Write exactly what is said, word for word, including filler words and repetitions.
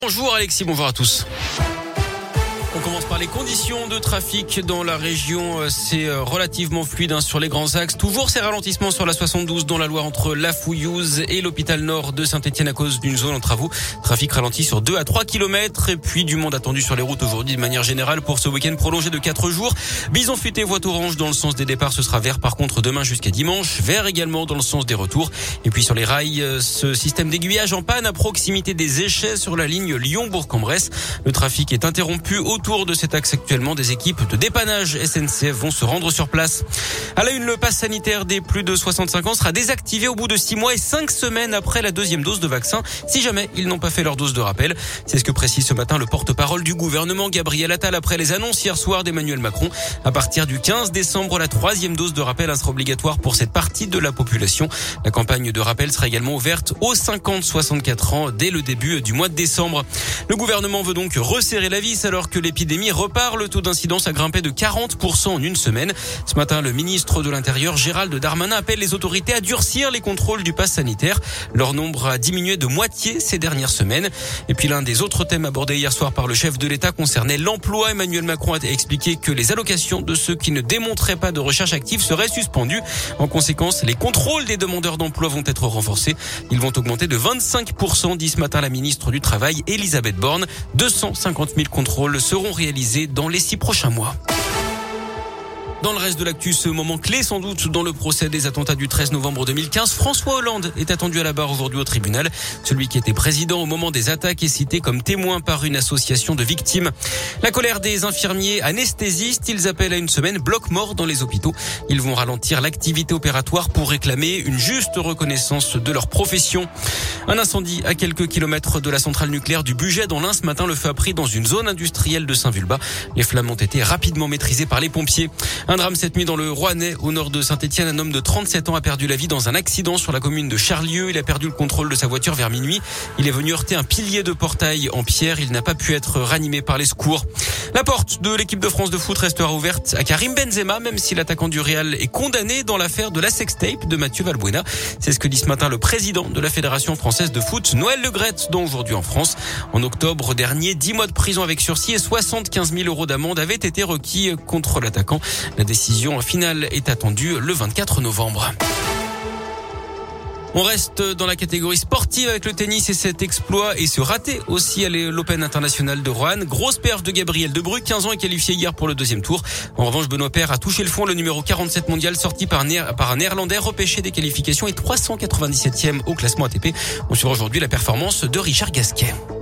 Bonjour Alexis, bonjour à tous. On commence par les conditions de trafic dans la région. C'est relativement fluide hein, sur les grands axes. Toujours ces ralentissements sur la soixante-douze dans la Loire entre La Fouillouse et l'hôpital nord de Saint-Etienne à cause d'une zone en travaux. Trafic ralenti sur deux à trois kilomètres. Et puis du monde attendu sur les routes aujourd'hui de manière générale pour ce week-end prolongé de quatre jours. Bison futé, voie orange dans le sens des départs. Ce sera vert par contre demain jusqu'à dimanche. Vert également dans le sens des retours. Et puis sur les rails, ce système d'aiguillage en panne à proximité des Échets sur la ligne Lyon-Bourg-en-Bresse. Le trafic est interrompu autour de cet axe actuellement. Des équipes de dépannage S N C F vont se rendre sur place. À la une, le pass sanitaire des plus de soixante-cinq ans sera désactivé au bout de six mois et cinq semaines après la deuxième dose de vaccin, si jamais ils n'ont pas fait leur dose de rappel. C'est ce que précise ce matin le porte-parole du gouvernement, Gabriel Attal, après les annonces hier soir d'Emmanuel Macron. À partir du quinze décembre, la troisième dose de rappel sera obligatoire pour cette partie de la population. La campagne de rappel sera également ouverte aux cinquante à soixante-quatre ans dès le début du mois de décembre. Le gouvernement veut donc resserrer la vis alors que l'épidémie repart. Le taux d'incidence a grimpé de quarante pour cent en une semaine. Ce matin, le ministre de l'Intérieur, Gérald Darmanin, appelle les autorités à durcir les contrôles du pass sanitaire. Leur nombre a diminué de moitié ces dernières semaines. Et puis l'un des autres thèmes abordés hier soir par le chef de l'État concernait l'emploi. Emmanuel Macron a expliqué que les allocations de ceux qui ne démontraient pas de recherche active seraient suspendues. En conséquence, les contrôles des demandeurs d'emploi vont être renforcés. Ils vont augmenter de vingt-cinq pour cent, dit ce matin la ministre du Travail, Elisabeth Borne. deux cent cinquante mille contrôles seront réalisés dans les six prochains mois. Dans le reste de l'actu, ce moment clé sans doute dans le procès des attentats du treize novembre deux mille quinze, François Hollande est attendu à la barre aujourd'hui au tribunal. Celui qui était président au moment des attaques est cité comme témoin par une association de victimes. La colère des infirmiers anesthésistes, ils appellent à une semaine bloc-mort dans les hôpitaux. Ils vont ralentir l'activité opératoire pour réclamer une juste reconnaissance de leur profession. Un incendie à quelques kilomètres de la centrale nucléaire du Bugey dans l'Ain. Ce matin, le feu a pris dans une zone industrielle de Saint-Vulbas. Les flammes ont été rapidement maîtrisées par les pompiers. Un drame cette nuit dans le Rouennais, au nord de Saint-Etienne. Un homme de trente-sept ans a perdu la vie dans un accident sur la commune de Charlieu. Il a perdu le contrôle de sa voiture vers minuit. Il est venu heurter un pilier de portail en pierre. Il n'a pas pu être ranimé par les secours. La porte de l'équipe de France de foot restera ouverte à Karim Benzema, même si l'attaquant du Real est condamné dans l'affaire de la sextape de Mathieu Valbuena. C'est ce que dit ce matin le président de la Fédération française de foot, Noël Le Graët, dont aujourd'hui en France. En octobre dernier, dix mois de prison avec sursis et soixante-quinze mille euros d'amende avaient été requis contre l'attaquant. La décision finale est attendue le vingt-quatre novembre. On reste dans la catégorie sportive avec le tennis et cet exploit et ce raté aussi à l'Open international de Roanne. Grosse perf de Gabriel Debruyne, quinze ans, est qualifié hier pour le deuxième tour. En revanche, Benoît Paire a touché le fond. Le numéro quarante-sept mondial sorti par, par un néerlandais repêché des qualifications et trois cent quatre-vingt-dix-septième au classement A T P. On suivra aujourd'hui la performance de Richard Gasquet.